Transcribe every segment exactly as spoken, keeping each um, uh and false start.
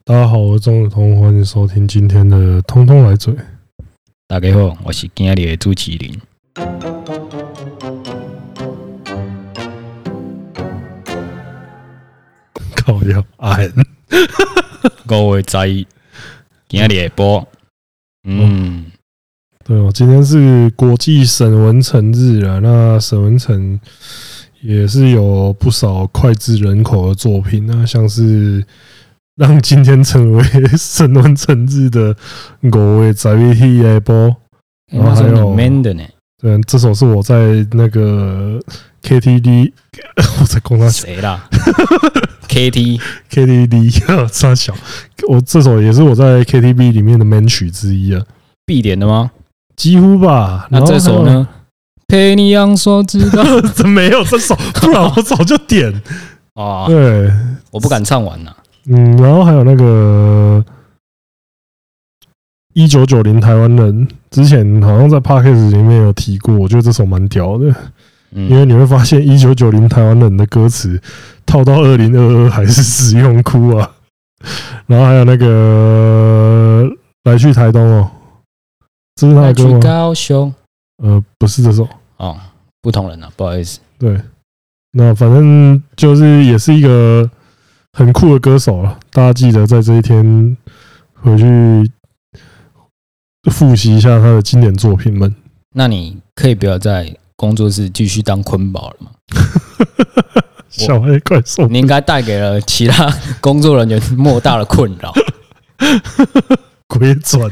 大家好，我是钟子通，欢迎收听今天的通通来嘴。 大家好，我是今天的主持人。 靠腰俺， 五月十一，今天的下晡，嗯， 对哦，今天是国际沈文成日啊。那沈文成也是有不少脍炙人口的作品啊，像是让今天成为沈文成日的五月十一日下晡，然后还有 man 的呢。 对，这首是我在那个 K T V， 我在讲他谁啦？K T K T V 差小，我这首也是我在 K T V 里面的 man 曲之一啊， 必点的吗？ 几乎吧。 那这首呢？陪你让所知道， 怎没有这首？不然我早就点啊。 对， 我不敢唱完呐。 嗯，然后还有那个一九九零台湾人，之前好像在 Podcast 里面有提过，我觉得这首蛮屌的。因为你会发现一九九零台湾人的歌词套到二零二二还是使用哭啊。然后还有那个来去台东哦，这是他的歌吗？ 来去高雄， 呃，不是这首哦，不同人啊，不好意思。 对，那反正就是也是一个很酷的歌手了。大家记得在这一天回去复习一下他的经典作品们。 那你可以不要在工作室继续当坤宝了吗？ 小黑怪兽， 你应该带给了其他工作人员莫大的困扰。 鬼转，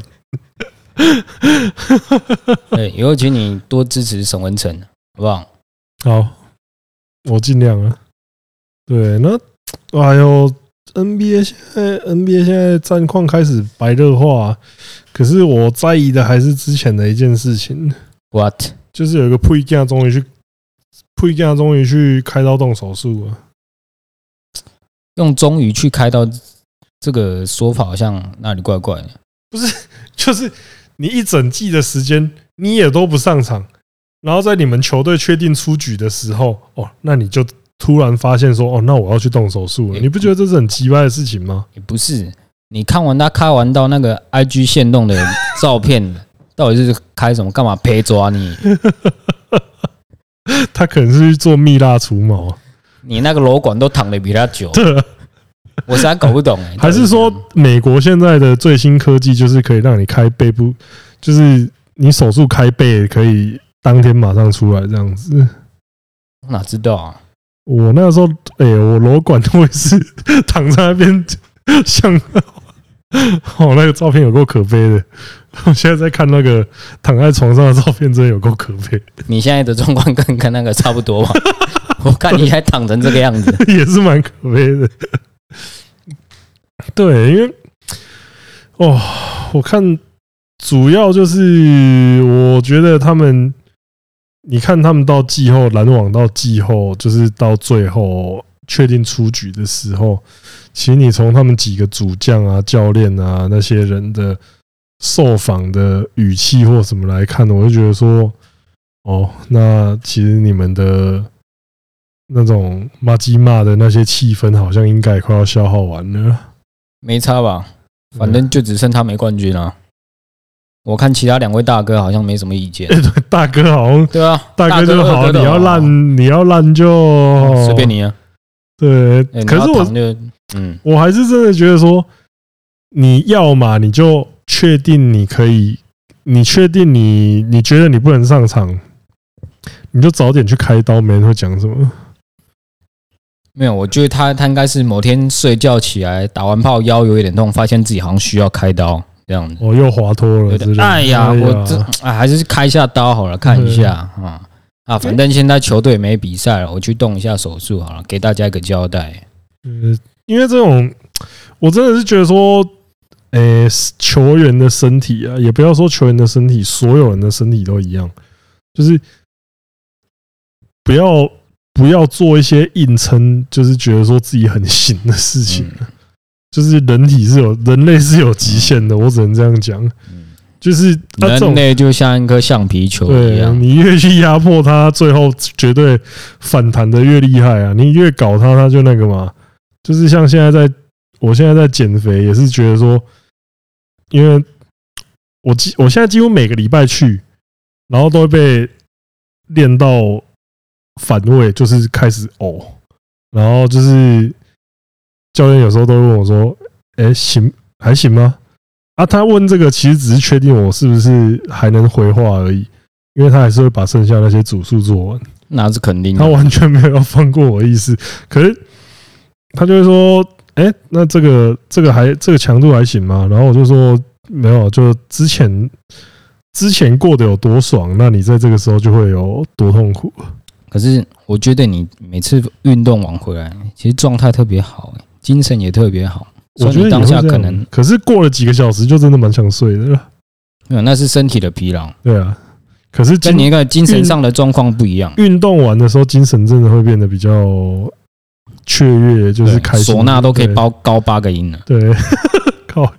对，以后请你多支持沈文成，好不好？ 好，我尽量了。对，那哎呦 ，N B A 现在 N B A 现在战况开始白热化，可是我在意的还是之前的一件事情。 What？ 就是有一个配件终于去配件终于去开刀动手术了。 用终于去开刀这个说法好像哪里怪怪的。 不是，就是你一整季的时间你也都不上场，然后在你们球队确定出局的时候，哦，那你就突然发现说，哦，那我要去动手术了。你不觉得这是很奇怪的事情吗？ 也不是，你看完他开完刀那个 I G 限动的照片。到底是开什么？干嘛陪抓你？ 他可能是去做蜜蜡除毛。 你那个瘘管都躺得比他久，我实在搞不懂哎、欸。 还是说，美国现在的最新科技就是可以让你开背部，就是你手术开背可以当天马上出来这样子？ 哪知道啊！ 我那个时候，哎、欸，我瘘管我也是躺在那边，像哦，那个照片有够可悲的。我现在在看那个躺在床上的照片，真的有够可悲。 你现在的状况跟跟那个差不多吧？我看你还躺成这个样子， 也是蛮可悲的。对，因为哦，我看主要就是我觉得他们，你看他们到季后篮网到季后，就是到最后确定出局的时候，其实你从他们几个主将啊、教练啊那些人的受访的语气或什么来看，我就觉得说，哦，那其实你们的那种骂鸡骂的那些气氛，好像应该快要消耗完了。 没差吧？反正就只剩他没冠军啊。我看其他两位大哥好像没什么意见。 欸、对，大哥好像对啊， 大哥就好，你要烂，你要烂就随便你啊。 对， 欸、 可是我，嗯，我还是真的觉得说，你要嘛你就确定你可以，你确定你你觉得你不能上场，你就早点去开刀，没人会讲什么。 没有，我觉得他他应该是某天睡觉起来打完炮腰有一点痛，发现自己好像需要开刀这样子。 哦，又滑脱了之类的。 哎呀，我这哎还是开一下刀好了，看一下啊啊！反正现在球队没比赛了，我去动一下手术好了，给大家一个交代。 嗯，因为这种我真的是觉得说，诶、欸，球员的身体啊，也不要说球员的身体，所有人的身体都一样，就是不要。不要做一些硬撑，就是觉得说自己很行的事情。就是人体是有人类是有极限的，我只能这样讲。就是人类就像一颗橡皮球一样， 你越去压迫它，最后绝对反弹的越厉害啊！你越搞它，它就那个嘛。就是像现在在我现在在减肥，也是觉得说，因为我几我现在几乎每个礼拜去，然后都会被练到反胃，就是开始呕，然后就是教练有时候都会问我说：“哎、欸，行还行吗？”啊，他问这个其实只是确定我是不是还能回话而已，因为他还是会把剩下那些组数做完。 那是肯定的， 他完全没有要放过我的意思。可是他就会说：“哎、欸，那这个这个还这个强度还行吗？”然后我就说：“没有，就之前之前过得有多爽，那你在这个时候就会有多痛苦。” 可是我觉得你每次运动完回来，其实状态特别好，精神也特别好。 我觉得当下可能， 可是过了几个小时就真的蛮想睡的了。 没有，那是身体的疲劳。 对啊，可是跟你那个精神上的状况不一样。 运动完的时候，精神真的会变得比较雀跃，就是开心。 唢呐都可以包高八个音了。 对，靠。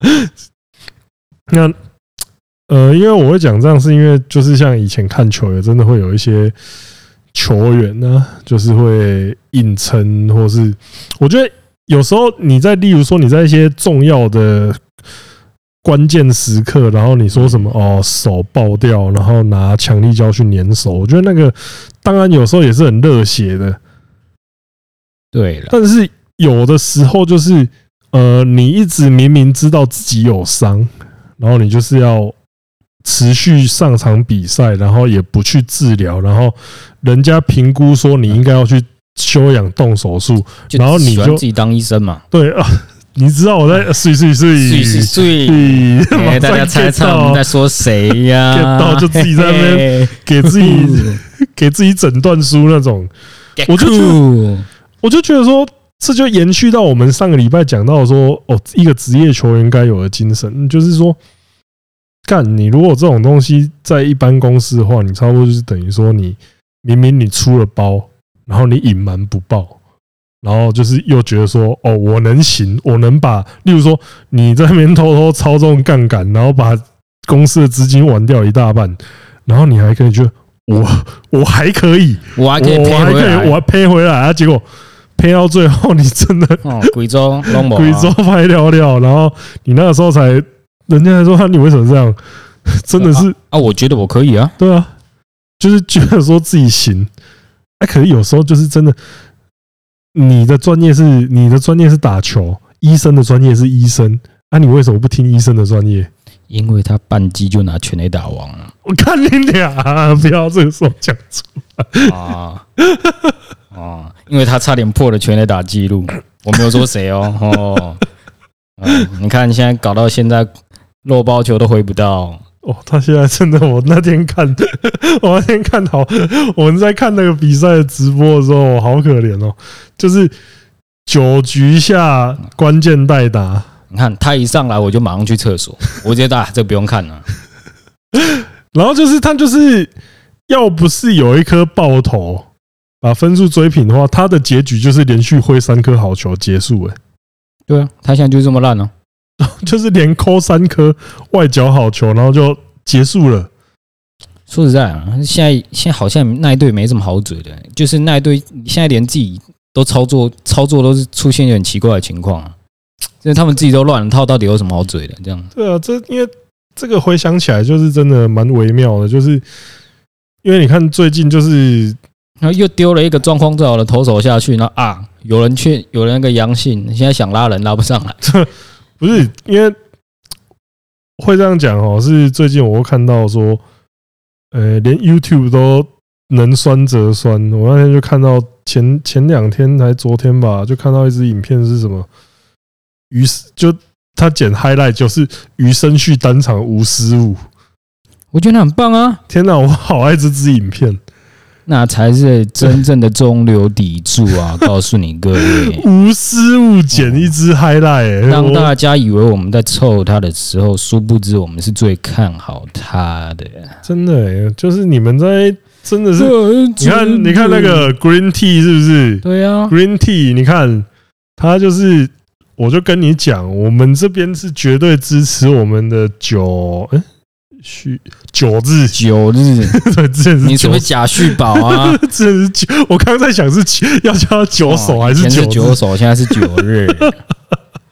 那呃，因为我会讲这样，是因为就是像以前看球，也真的会有一些球员呢，就是会硬撑，或是我觉得。有时候你在，例如说你在一些重要的关键时刻，然后你说什么哦手爆掉，然后拿强力胶去粘手，我觉得那个当然有时候也是很热血的， 对了。 但是有的时候就是呃，你一直明明知道自己有伤，然后你就是要持续上场比赛，然后也不去治疗，然后人家评估说你应该要去。休养动手术，然后你就自己当医生嘛？ 对啊，你知道我在睡睡睡睡睡睡，大家猜猜我们在说谁呀？ get 到就自己在那边给自己给自己诊断书那种，我就觉得我就觉得说，这就延续到我们上个礼拜讲到说，哦，一个职业球员该有的精神，就是说，干你如果这种东西在一般公司的话，你差不多就是等于说，你明明你出了包。然后你隐瞒不报，然后就是又觉得说，哦，我能行，我能把，例如说你在那边偷偷操纵杠杆，然后把公司的资金玩掉一大半，然后你还可以觉得我我还可以， 我还可以赔回来， 我还赔回来啊！结果赔到最后，你真的哦，贵州贵州拍了了，然后你那个时候才，人家还说你为什么这样？真的是啊，我觉得我可以啊， 对啊，就是觉得说自己行。哎，可是有时候就是真的，你的专业是你的专业是打球，医生的专业是医生，啊，你为什么不听医生的专业？ 因为他半季就拿全垒打王了。 我看你俩，不要这个时候讲出来啊啊！因为他差点破了全垒打记录，我没有说谁哦哦。嗯，你看现在搞到现在，漏包球都回不到。 哦，他现在真的，我那天看，我那天看好，我们在看那个比赛的直播的时候，好可怜哦，就是九局下关键代打， 你看他一上来我就马上去厕所，我觉得啊，这不用看了。 然后就是他就是要不是有一颗爆头把分数追平的话，他的结局就是连续挥三颗好球结束。哎， 对啊，他现在就这么烂哦。 就是连扣三颗外角好球，然后就结束了。 说实在啊，现在现在好像那一队没什么好嘴的，就是那一队现在连自己都操作操作都是出现有点奇怪的情况啊，就是他们自己都乱了套，到底有什么好嘴的？这样对啊，这因为这个回想起来就是真的蛮微妙的，就是因为你看最近就是然后又丢了一个状况最好的投手下去，然后啊，有人去有人那个阳性，现在想拉人拉不上来。 不是因为会这样讲哦，是最近我看到说，呃，连 YouTube 都能酸则酸。我那天就看到前前两天还昨天吧，就看到一支影片是什么，于是就他剪 highlight 就是余生旭单场无失误， 我觉得很棒啊！ 天哪，我好爱这支影片。 那才是真正的中流砥柱啊！告诉你各位， 无失误剪一支 highlight，、欸、 让大家以为我们在凑他的时候，殊不知我们是最看好他的。 真的、欸，就是你们在真的是，你看，你看那个 Green Tea 是不是？ 对啊 ，Green Tea， 你看他就是，我就跟你讲，我们这边是绝对支持我们的酒，哎、欸。续九日九日， 对，之前是你是不是假续保啊？ 之前是九，我刚刚在想是要叫他九手还是九九手，现在是九日。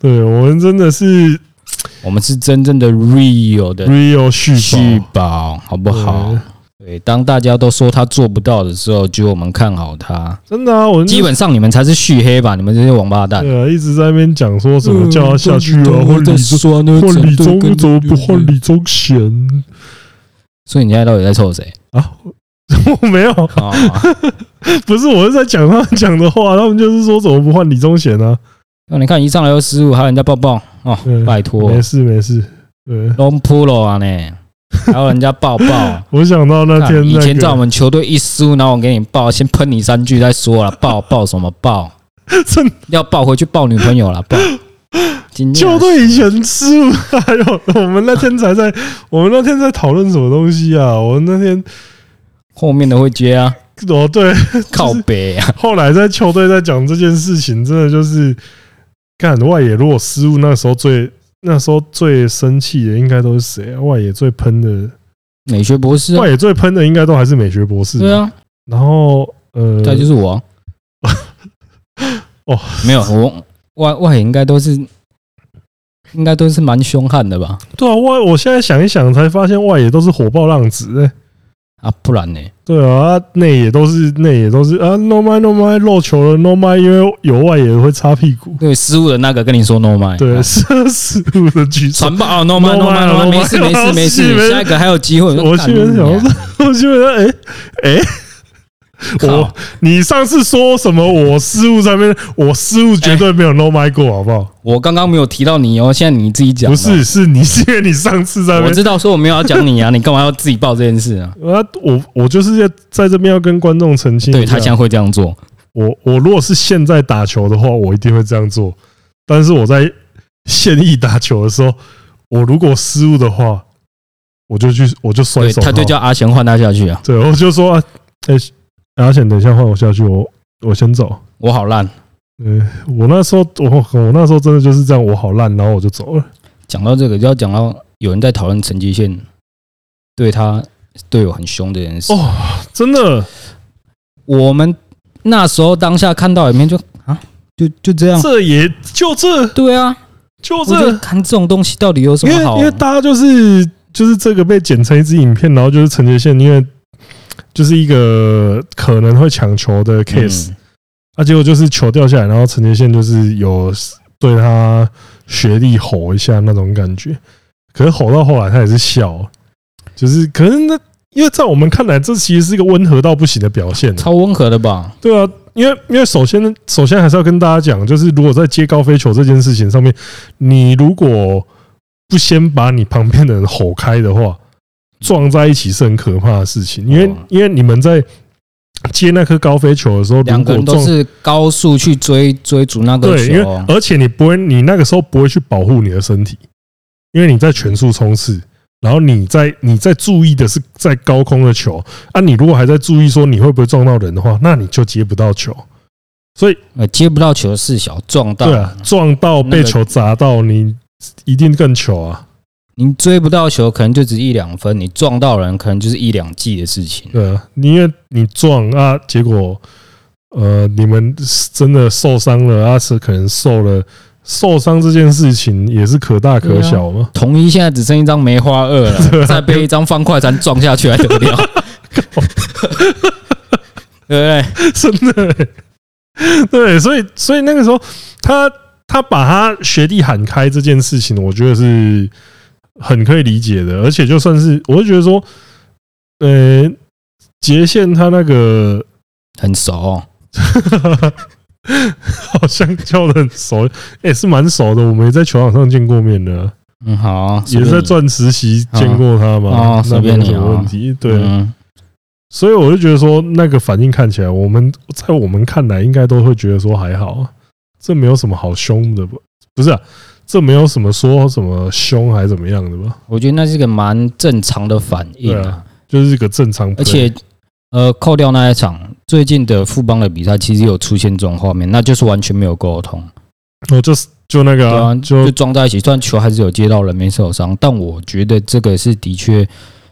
对我们真的是， 我们是真正的 real 的 real 续续保，好不好？对，当大家都说他做不到的时候，就我们看好他。 真的啊，我基本上你们才是续黑吧？你们这些王八蛋。 对啊，一直在那边讲说什么叫他下去啊，换李宗，换李宗怎么不换李宗贤？ 所以你现在到底在臭谁啊？我没有，不是，我是在讲他们讲的话，他们就是说怎么不换李宗贤啊？ 那你看一上来就失误，还有人家抱抱哦，拜托， 没事没事，对 ，long pull 啊呢。还有人家抱抱， 我想到那天、那個、 以前在我们球队一输，然后我给你抱，先喷你三句再说了，抱抱什么抱？ 真要抱回去抱女朋友了，抱。 球队以前失误，还有我们那天才在，我们那天在讨论什么东西啊？我们那天后面的会接啊， 哦对， 靠北啊。 后来在球队在讲这件事情，真的就是干外野如果失误，那时候最。那时候最生气的应该都是谁啊？外野最喷的美学博士、啊， 外野最喷的应该都还是美学博士。 对啊， 然后呃， 再就是我、啊。 哦， 没有，我外外野应该都是，应该都是蛮凶悍的吧？ 对啊，外我现在想一想才发现外野都是火爆浪子哎、欸。 啊，不然呢？ 对啊，内野都是内野都是啊 ，no my no my 漏球了 ，no my， 因为有外野会擦屁股。 对，失误的那个跟你说 no my， 对，是失误的举手传爆 no my no my no my， 没事没事没事，下一个还有机会。 我基本想，我基本上，哎哎。我你上次说什么？我失误上面，我失误绝对没有 no my 过，好不好？ 我刚刚没有提到你哦，现在你自己讲。 不是，是你，是因为你上次在那边。 我知道说我没有要讲你啊，你干嘛要自己报这件事啊？ 啊，我我就是要在这边要跟观众澄清， 对他现在会这样做。 我我如果是现在打球的话，我一定会这样做。但是我在现役打球的时候，我如果失误的话，我就去我就摔手套。 他就叫阿贤换他下去啊。 对，我就说，哎、欸。阿贤，等一下换我下去，我我先走。 我好烂， 嗯，我那时候我我那时候真的就是这样，我好烂，然后我就走了。 讲到这个，就要讲到有人在讨论陈吉宪对他队友很凶这件事。 哦，真的， 我们那时候当下看到影片就啊，就就这样， 这也就这， 对啊， 就这， 看这种东西到底有什么好？ 因为因为大家就是就是这个被剪成一支影片，然后就是陈杰宪，因为。就是一个可能会抢球的 case，、嗯、啊，结果就是球掉下来，然后陈杰宪就是有对他学弟吼一下那种感觉，可是吼到后来他也是笑，就是可能那因为在我们看来，这其实是一个温和到不行的表现， 超温和的吧？ 对啊，因为因为首先首先还是要跟大家讲，就是如果在接高飞球这件事情上面，你如果不先把你旁边的人吼开的话。撞在一起是很可怕的事情，因为因为你们在接那颗高飞球的时候， 两个人都是高速去追追逐那个球， 对，因为而且你不会，你那个时候不会去保护你的身体，因为你在全速冲刺，然后你在你在注意的是在高空的球啊，你如果还在注意说你会不会撞到人的话，那你就接不到球，所以呃接不到球是小，撞到对啊，撞到被球砸到，你一定更糗啊。 你追不到球，可能就只一两分；你撞到人，可能就是一两记的事情。 对啊，因为你撞啊，结果呃，你们真的受伤了啊，是可能受了受伤这件事情也是可大可小嘛。 统一现在只剩一张梅花二了，再被一张方块山撞下去还得了？对不对？ 真的、欸，对，所以所以那个时候他他把他学弟喊开这件事情，我觉得是。很可以理解的，而且就算是，我会觉得说，呃，杰宪他那个很熟、哦， 好像叫的很熟，哎、欸，是蛮熟的，我们也在球场上见过面的、啊， 嗯，好、啊， 也在钻石席见过他嘛， 哦， 那没有什么问题，对， 嗯、 所以我就觉得说，那个反应看起来，我们在我们看来应该都会觉得说还好，这没有什么好凶的，不是啊。这没有什么说什么凶还是怎么样的吧？ 我觉得那是个蛮正常的反应啊， 啊就是一个正常。 而且，呃，扣掉那一场最近的富邦的比赛，其实有出现这种画面，那就是完全没有沟通。 哦，就是就那个、啊，就就撞在一起，虽然球还是有接到人没受伤，但我觉得这个是的确，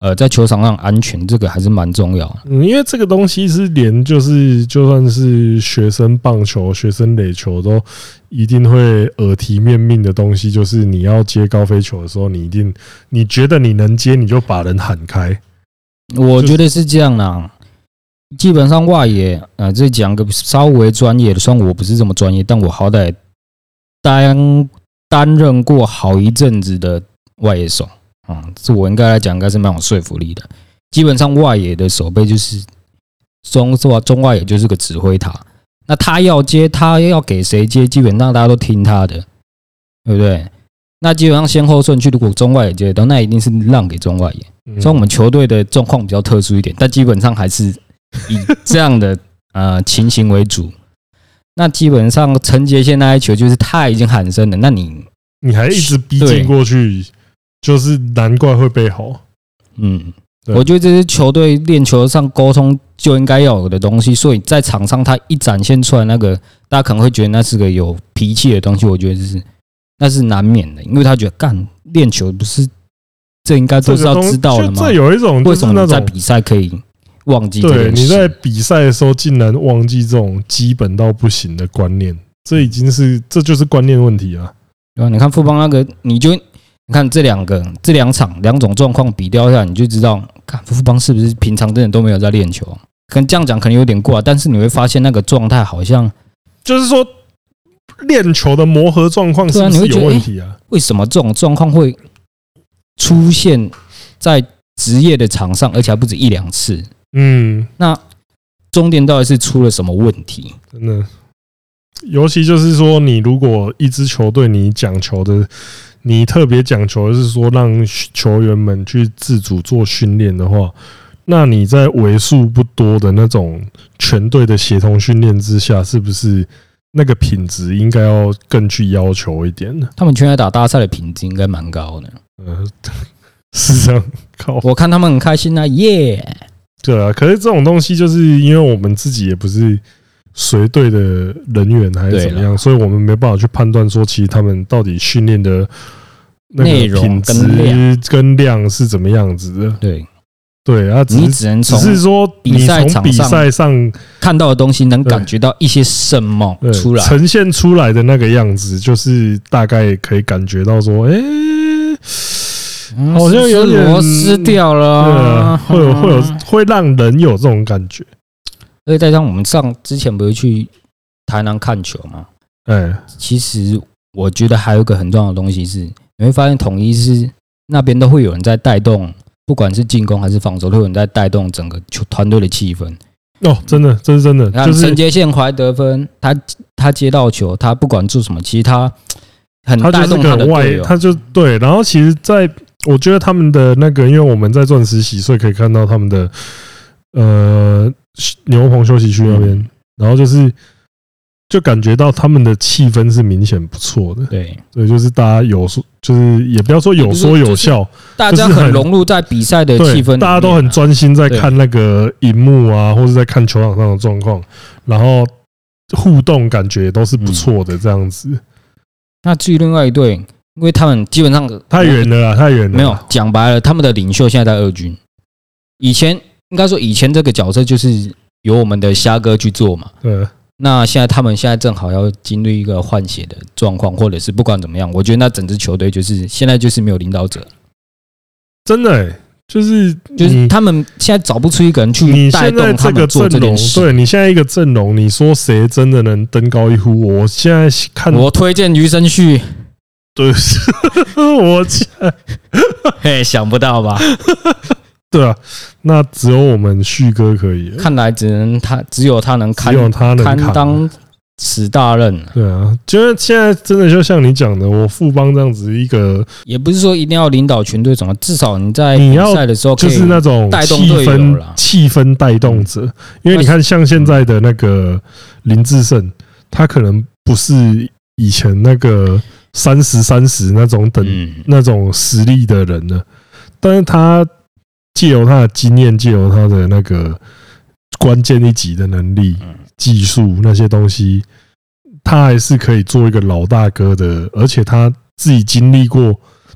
呃，在球场上安全这个还是蛮重要的。 嗯，因为这个东西是连就是就算是学生棒球、学生垒球都一定会耳提面命的东西，就是你要接高飞球的时候，你一定你觉得你能接，你就把人喊开。 我觉得是这样啦。基本上外野，呃，这讲个稍微专业的，虽然我不是这么专业，但我好歹担担任过好一阵子的外野手啊，这我应该来讲应该是蛮有说服力的。基本上外野的守备就是中中外野就是个指挥塔，那他要接，他要给谁接，基本上大家都听他的，对不对？那基本上先后顺序，如果中外野接到，那一定是让给中外野。所以我们球队的状况比较特殊一点，但基本上还是以这样的呃情形为主。那基本上陈杰宪那一球就是他已经喊声了，那你你还一直逼近过去，就是难怪会被吼。 嗯，我觉得这是球队练球上沟通就应该要有的东西，所以在场上他一展现出来那个，大家可能会觉得那是个有脾气的东西，我觉得是那是难免的，因为他觉得干练球不是这应该都是要知道的吗？ 这有一种为什么你在比赛可以忘记这件事？ 对，你在比赛的时候竟然忘记这种基本到不行的观念，这已经是这就是观念问题啊！ 对吧？你看富邦那个，你就你看这两个这两场两种状况比较下来，你就知道，看富邦是不是平常真的都没有在练球？可能这样讲可能有点过，但是你会发现那个状态好像就是说练球的磨合状况是不是有问题啊？ 为什么这种状况会出现在职业的场上，而且还不止一两次？嗯，那中电到底是出了什么问题？ 真的，尤其就是说，你如果一支球队你讲求的，你特别讲求的是说让球员们去自主做训练的话，那你在为数不多的那种全队的协同训练之下，是不是那个品质应该要更去要求一点呢？ 他们全垒打大赛的品质应该蛮高的。 呃，是这样，靠！ 我看他们很开心啊，耶、yeah！ 对啊，可是这种东西就是因为我们自己也不是随队的人员还是怎么样，所以我们没办法去判断说，其实他们到底训练的那个品质跟量是怎么样子的。 对对啊， 你只能从只是说你从比赛上看到的东西，能感觉到一些什么出来， 呈现出来的那个样子，就是大概可以感觉到说，哎、欸。好像有点螺丝掉了、啊， 会有会有会让人有这种感觉。 而且再加上我们上之前不是去台南看球吗？哎，其实我觉得还有一个很重要的东西是，你会发现统一是那边都会有人在带动，不管是进攻还是防守，都有人在带动整个球团队的气氛。 哦，真的，这是真的。 就是陈杰宪回来得分，他他接到球，他不管做什么，其实他很带动他的队友， 他就对。然后其实，在我觉得他们的那个，因为我们在钻石洗，所以可以看到他们的呃牛棚休息区那边，然后就是就感觉到他们的气氛是明显不错的。 对， 对，就是大家有说，就是也不要说有说有笑， 大家很融入在比赛的气氛里面， 大家都很专心在看那个荧幕啊，或者在看球场上的状况，然后互动感觉都是不错的这样子。 那至于另外一队，因为他们基本上太远了啦，太远了。 没有讲白了，他们的领袖现在在二军。以前应该说，以前这个角色就是由我们的虾哥去做嘛。对。那现在他们现在正好要经历一个换血的状况，或者是不管怎么样，我觉得那整支球队就是现在就是没有领导者。 真的、欸，就是就是他们现在找不出一个人去带动他们做这件事。 对，你现在一个阵容，你说谁真的能登高一呼？我现在看， 我推荐余生旭。 对，我嘿，想不到吧？ 对啊，那只有我们旭哥可以。 看来只能他，只有他能堪， 只有他能堪当此大任。 对啊，就是现在真的就像你讲的，我富邦这样子一个， 也不是说一定要领导全队怎么，至少你在比赛的时候就是那种带动气氛、气氛带动者。因为你看，像现在的那个林智胜，他可能不是以前那个三十三十那种等那种实力的人了，但是他借由他的经验，借由他的那个关键一击的能力、技术那些东西，他还是可以做一个老大哥的，而且他自己经历过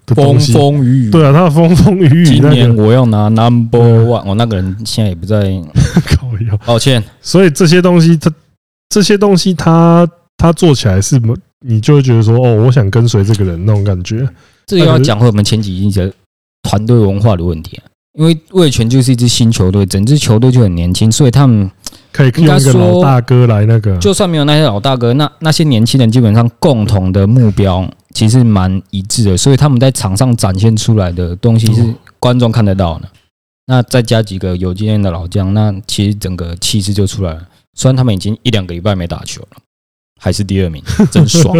的东西， 风风雨雨。 对啊，他的风风雨雨。 今年我要拿 number one， 我、哦、那个人现在也不在， 靠腰， 抱歉。 所以这些东西，他这些东西他，他他做起来是，你就会觉得说，哦，我想跟随这个人那种感觉。 这个要讲回我们前几集的团队文化的问题、啊，因为味全就是一支新球队，整支球队就很年轻，所以他们可以用一个老大哥来那个。 就算没有那些老大哥，那那些年轻人基本上共同的目标其实蛮一致的，所以他们在场上展现出来的东西是观众看得到的。那再加几个有经验的老将，那其实整个气势就出来了。虽然他们已经一两个礼拜没打球了，还是第二名，真爽。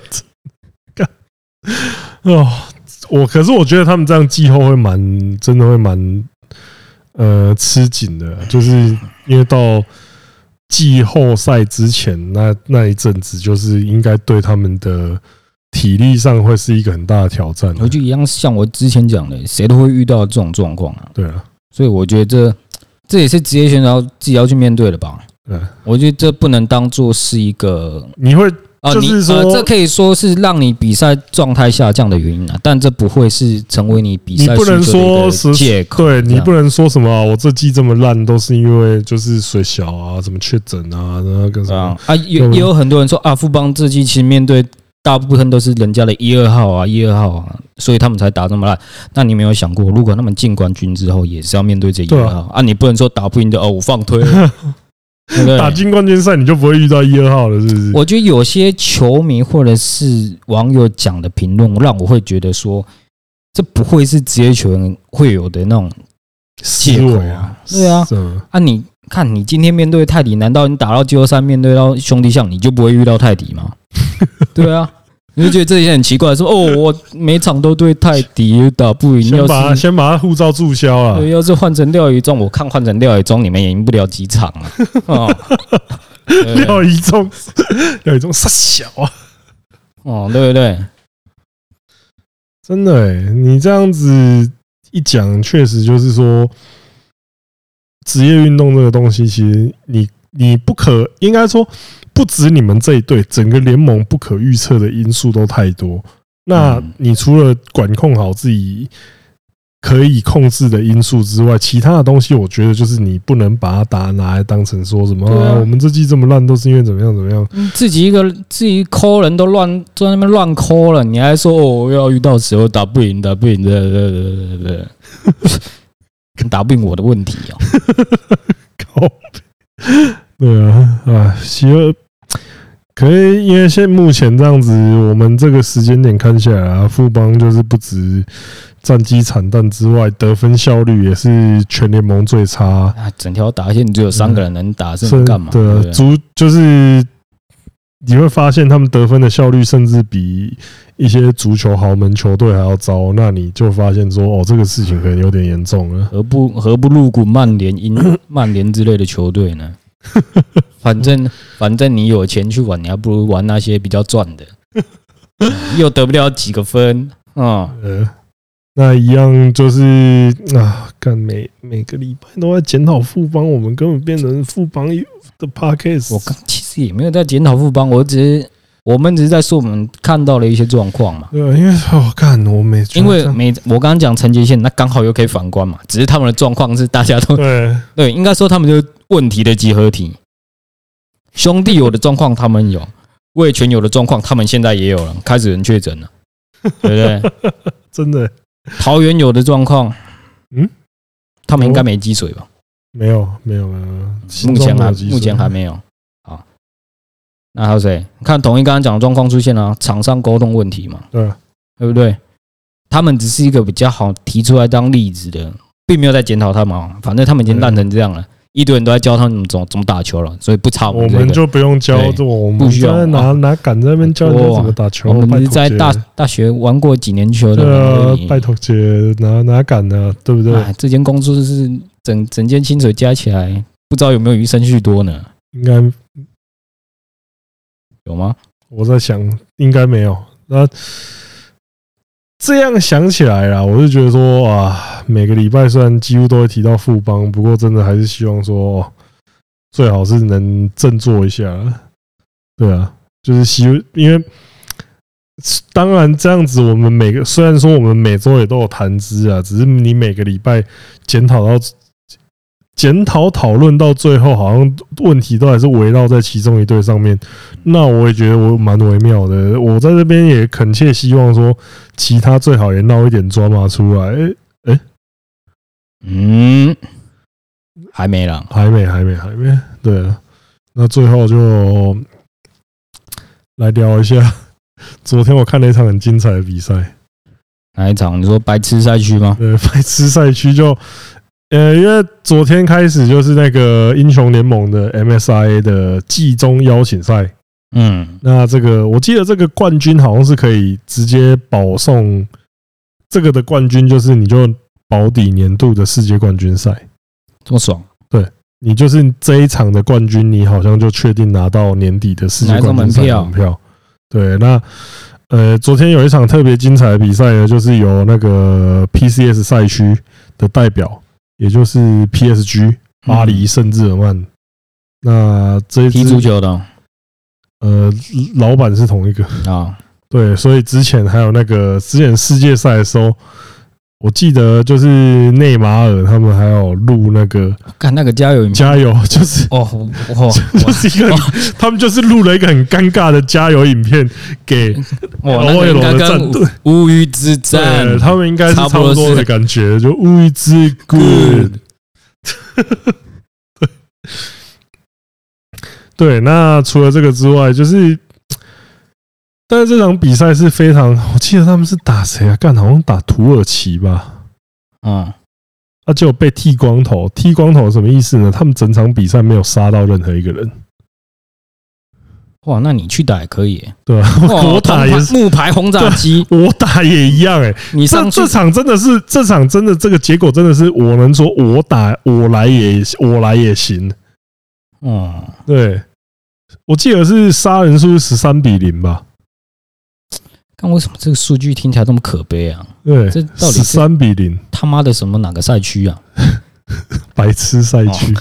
哦，我可是我觉得他们这样季后会蛮真的会蛮呃吃紧的，就是因为到季后赛之前那那一阵子，就是应该对他们的体力上会是一个很大的挑战。 我就一样像我之前讲的，谁都会遇到这种状况啊。 对啊， 所以我觉得这这也是职业选手自己要去面对的吧。 对， 我觉得这不能当做是一个你会。就是说、呃， 这可以说是让你比赛状态下降的原因啊，但这不会是成为你比赛输球的一个借口。 对，你不能说什么、啊、我这季这么烂都是因为就是水小啊，什么确诊啊，那个什么啊，有也有很多人说啊，富邦这季其实面对大部分都是人家的一二号啊，一二号啊，所以他们才打这么烂。那你没有想过，如果他们进冠军之后也是要面对这一二号 啊, 啊，你不能说打不赢的哦，我放推了。 打进冠军赛你就不会遇到一二号了，是不是？ 我觉得有些球迷或者是网友讲的评论，让我会觉得说，这不会是职业球员会有的那种借口啊。对啊，啊，你看你今天面对泰迪，难道你打到季后赛面对到兄弟象，你就不会遇到泰迪吗？对啊。你就觉得这些很奇怪，说哦，我每场都对泰迪打不赢， 先把先把他护照注销了。 对，要是换成廖一中，我看换成廖一中，你们也赢不了几场啊。哦， 廖一中，廖一中傻小啊。 哦，对不对？ 真的哎、欸，你这样子一讲，确实就是说，职业运动这个东西，其实你你不可应该说。不止你们这一队，整个联盟不可预测的因素都太多。那你除了管控好自己可以控制的因素之外，其他的东西，我觉得就是你不能把它打拿来当成说什么、啊啊、我们这季这么烂，都是因为怎么样怎么样。 自己一个自己抠人都乱在那边乱抠了，你还说哦要遇到时候打不赢，打不赢，对对对对对，跟打不赢我的问题哦。 靠，对啊，啊，其实。可以，因为现在目前这样子，我们这个时间点看下来啊，富邦就是不止战绩惨淡之外，得分效率也是全联盟最差。 啊，整条打线只有三个人能打，是能干嘛？ 对啊，足就是你会发现他们得分的效率甚至比一些足球豪门球队还要糟。那你就发现说，哦，这个事情可能有点严重了。 何不何不入股曼联、英曼联之类的球队呢？反正反正你有钱去玩，你还不如玩那些比较赚的，又得不了几个分啊、嗯呃。那一样就是啊，干每每个礼拜都在检讨富邦，我们根本变成富邦的 podcast。 我其实也没有在检讨富邦，我只是我们只是在说我们看到了一些状况嘛。 对，因为我看、哦、我每因为每我刚刚讲陈杰宪，那刚好又可以反观嘛。只是他们的状况是大家都对对，应该说他们就是问题的集合体。兄弟有的状况他们有，味全有的状况他们现在也有了，开始人确诊了，对不对？ 真的。 桃园有的状况， 嗯， 他们应该没积水吧？ 没有，没有，没有， 目前还目前还没有。好，那还有谁？看统一刚刚讲的状况出现了、啊，场上沟通问题嘛？ 对， 对不对？他们只是一个比较好提出来当例子的，并没有在检讨他们、啊。反正他们已经烂成这样了。一堆人都在教他们怎么怎么打球了，所以不差我们、这个。 我们就不用教，我们不需要拿拿杆在那边教人家怎么打球。 我们是在大大学玩过几年球的。 呃，拜托姐，拿拿杆呢，对不对？ 这间公司是整整间薪水加起来，不知道有没有余生续多呢？ 应该有吗？ 我在想，应该没有。那这样想起来啦，我就觉得说啊，每个礼拜虽然几乎都会提到富邦，不过真的还是希望说，最好是能振作一下。对啊，就是希因为当然这样子，我们每个虽然说我们每周也都有谈资啊，只是你每个礼拜检讨到检讨讨论到最后，好像问题都还是围绕在其中一队上面。那我也觉得我蛮微妙的。我在这边也恳切希望说，其他最好也闹一点抓马出来。哎、欸欸， 嗯，还没啦， 还没，还没，还没。对了，那最后就来聊一下。昨天我看了一场很精彩的比赛， 哪一场？你说白痴赛区吗？ 呃，白痴赛区就，呃，因为昨天开始就是那个英雄联盟的 M S I A 的季中邀请赛，嗯，那这个我记得这个冠军好像是可以直接保送，这个的冠军就是你就保底年度的世界冠军赛， 这么爽？ 对，你就是这一场的冠军，你好像就确定拿到年底的世界冠军赛门票。对，那呃，昨天有一场特别精彩的比赛呢，就是由那个 P C S 赛区的代表，也就是 P S G 巴黎圣日耳曼。那这一支踢足球的， 呃，老板是同一个啊。对，所以之前还有那个之前世界赛的时候，我记得就是内马尔他们还有录那个， 看那个加油加油，就是哦哦， 就是一个他们就是录了一个很尴尬的加油影片给 O L 的战队， 乌鱼之战， 他们应该是差不多的感觉，就乌鱼之 good。对，那除了这个之外，就是。但是这场比赛是非常，我记得他们是打谁啊？干，好像打土耳其吧。嗯，啊，结果被剃光头。剃光头什么意思呢？他们整场比赛没有杀到任何一个人。 哇，那你去打也可以， 对啊，我打也是木牌轰炸机， 我打也一样哎。你上这场真的是，这场真的这个结果真的是，我能说我打我来也我来也行。嗯，对，我记得是杀人数是十三比零吧。 看为什么这个数据听起来这么可悲啊？ 对， 这到底十三比零， 他妈的什么哪个赛区啊？ 白痴赛区，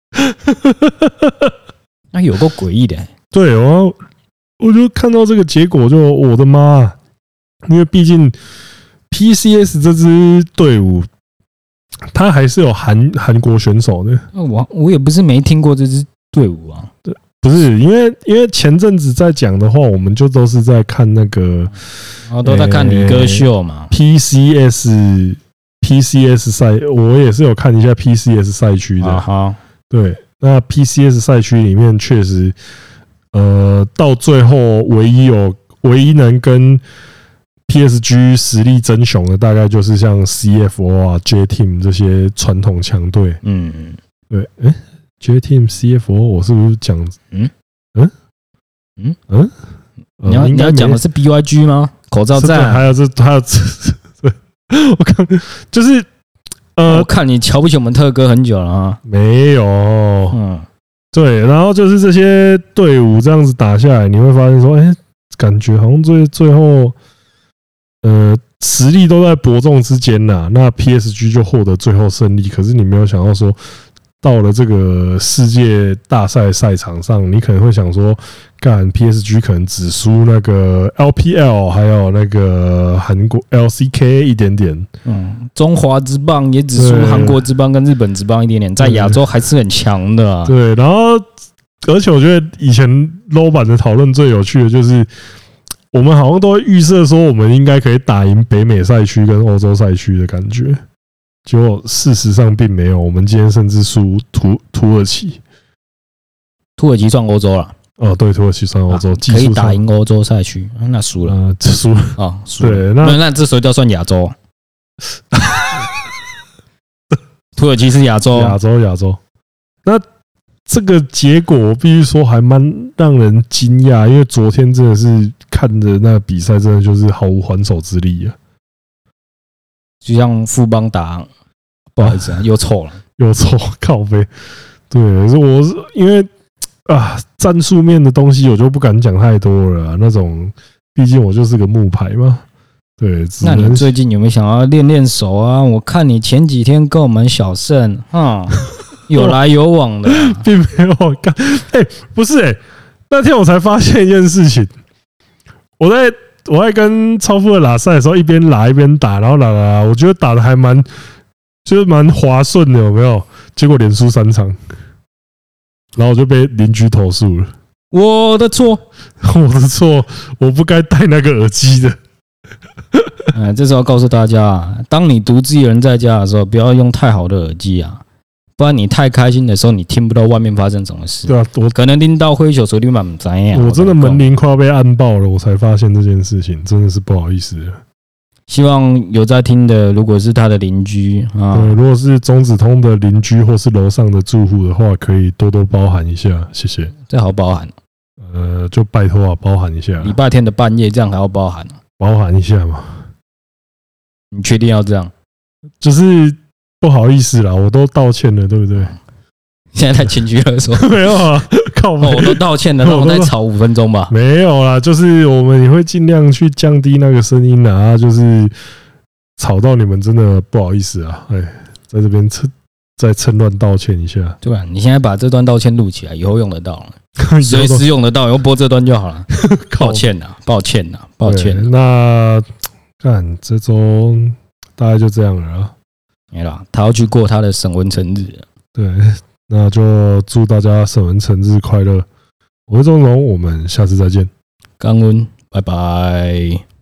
那有够诡异的、欸。 对，我我就看到这个结果，就我的妈！因为毕竟 P C S 这支队伍，他还是有韩韩国选手的。 我我也不是没听过这支队伍啊。 对。不是因为，因为前阵子在讲的话，我们就都是在看那个， 哦，都在看李歌秀嘛。 P C S P C S 赛，我也是有看一下 P C S 赛区的。 好， 对，那 P C S 赛区里面确实，呃，到最后唯一有唯一能跟 P S G 实力争雄的，大概就是像 C F O 啊、J Team 这些传统强队。嗯嗯，对，哎。J Team C F O， 我是不是讲？嗯嗯嗯嗯，你要你要讲的是 B Y G 吗？口罩战， 还有这还有这，我看就是呃， 我看你瞧不起我们特哥很久了啊。 没有，嗯，对，然后就是这些队伍这样子打下来，你会发现说，哎，感觉好像最最后，呃，实力都在伯仲之间呐。那 P S G 就获得最后胜利，可是你没有想到说。到了这个世界大赛赛场上，你可能会想说，干 P S G 可能只输那个 L P L， 还有那个韩国 L C K 一点点。 嗯，中华职棒也只输韩国职棒跟日本职棒一点点，在亚洲还是很强的、啊。 对，然后而且我觉得以前 low 版的讨论最有趣的就是，我们好像都会预设说，我们应该可以打赢北美赛区跟欧洲赛区的感觉。结果事实上并没有，我们今天甚至输土土耳其， 土耳其算欧洲了。 哦，对，土耳其算欧洲， 啊、可以打赢欧洲赛区，那输了， 呃，输了啊，输了。 对， 那那这时候就要算亚洲。土耳其是亚洲， 亚洲，亚洲。那这个结果，我必须说还蛮让人惊讶，因为昨天真的是看着那个比赛，真的就是毫无还手之力啊。 就像富邦打，不好意思啊，又错了， 又错，靠背。对，我是因为啊，战术面的东西我就不敢讲太多了、啊。那种，毕竟我就是个木牌嘛。对， 那你最近有没有想要练练手啊？我看你前几天跟我们小盛，哈，有来有往的、啊， 并没有干。哎、欸，不是哎、欸，那天我才发现一件事情，我在。 我在跟超富的拉赛的时候，一边拉一边打，然后拉拉，我觉得打的还蛮，就是蛮滑顺的，有没有？结果连输三场，然后我就被邻居投诉了。 我的错， 我的错，我不该戴那个耳机的。 嗯，这时候告诉大家啊，当你独自一人在家的时候，不要用太好的耳机啊。不然你太开心的时候，你听不到外面发生什么事。 对啊，我可能听到挥球手你满不怎样。 我真的门铃快要被按爆了，我才发现这件事情，真的是不好意思了。 希望有在听的，如果是他的邻居啊， 对，如果是中子通的邻居或是楼上的住户的话，可以多多包涵一下，谢谢。 这好包涵。 呃，就拜托啊，包涵一下。 礼拜天的半夜这样还要包涵？ 包涵一下嘛。 你确定要这样？ 就是。不好意思啦，我都道歉了，对不对？ 现在在情绪勒索？ 没有啊，靠北！ 我都道歉了，那我再吵五分钟吧。 没有啦，就是我们也会尽量去降低那个声音啦，就是吵到你们真的不好意思啊，哎，在这边趁再趁乱道歉一下。 对啊，你现在把这段道歉录起来，以后用得到了，随时用得到，以后播这段就好了。抱歉呐，抱歉呐，抱歉。 那看这周大概就这样了啊。 没了，他要去过他的沈文成日了。 对，那就祝大家沈文成日快乐！我是钟荣，我们下次再见。 感恩，拜拜。